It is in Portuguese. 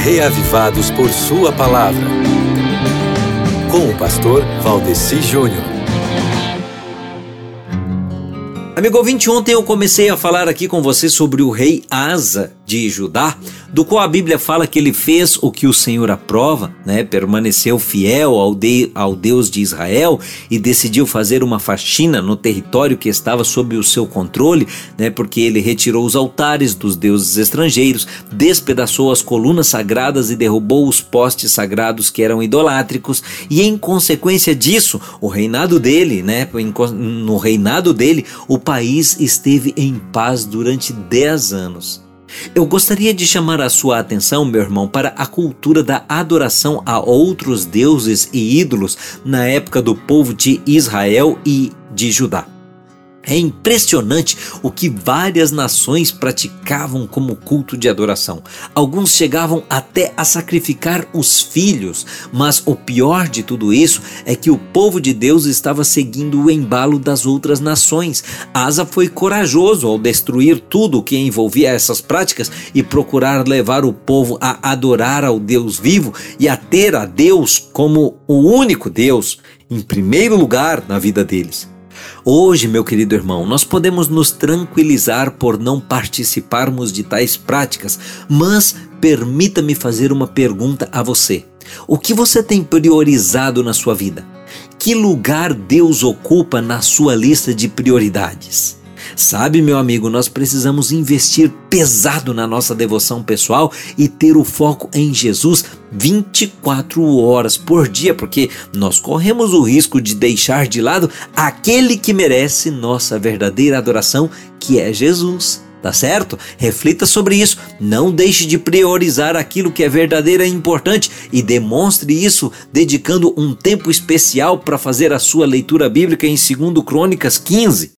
reavivados por sua palavra. Com o pastor Valdeci Júnior. Amigo ouvinte, ontem eu comecei a falar aqui com você sobre o rei Asa de Judá, do qual a Bíblia fala que ele fez o que o Senhor aprova, permaneceu fiel ao Deus de Israel e decidiu fazer uma faxina no território que estava sob o seu controle, porque ele retirou os altares dos deuses estrangeiros, despedaçou as colunas sagradas e derrubou os postes sagrados que eram idolátricos, e em consequência disso, no reinado dele, o país esteve em paz durante 10 anos. Eu gostaria de chamar a sua atenção, meu irmão, para a cultura da adoração a outros deuses e ídolos na época do povo de Israel e de Judá. É impressionante o que várias nações praticavam como culto de adoração. Alguns chegavam até a sacrificar os filhos, mas o pior de tudo isso é que o povo de Deus estava seguindo o embalo das outras nações. Asa foi corajoso ao destruir tudo o que envolvia essas práticas e procurar levar o povo a adorar ao Deus vivo e a ter a Deus como o único Deus em primeiro lugar na vida deles. Hoje, meu querido irmão, nós podemos nos tranquilizar por não participarmos de tais práticas, mas permita-me fazer uma pergunta a você. O que você tem priorizado na sua vida? Que lugar Deus ocupa na sua lista de prioridades? Sabe, meu amigo, nós precisamos investir pesado na nossa devoção pessoal e ter o foco em Jesus 24 horas por dia, porque nós corremos o risco de deixar de lado aquele que merece nossa verdadeira adoração, que é Jesus. Tá certo? Reflita sobre isso. Não deixe de priorizar aquilo que é verdadeiro e importante e demonstre isso dedicando um tempo especial para fazer a sua leitura bíblica em 2 Crônicas 15.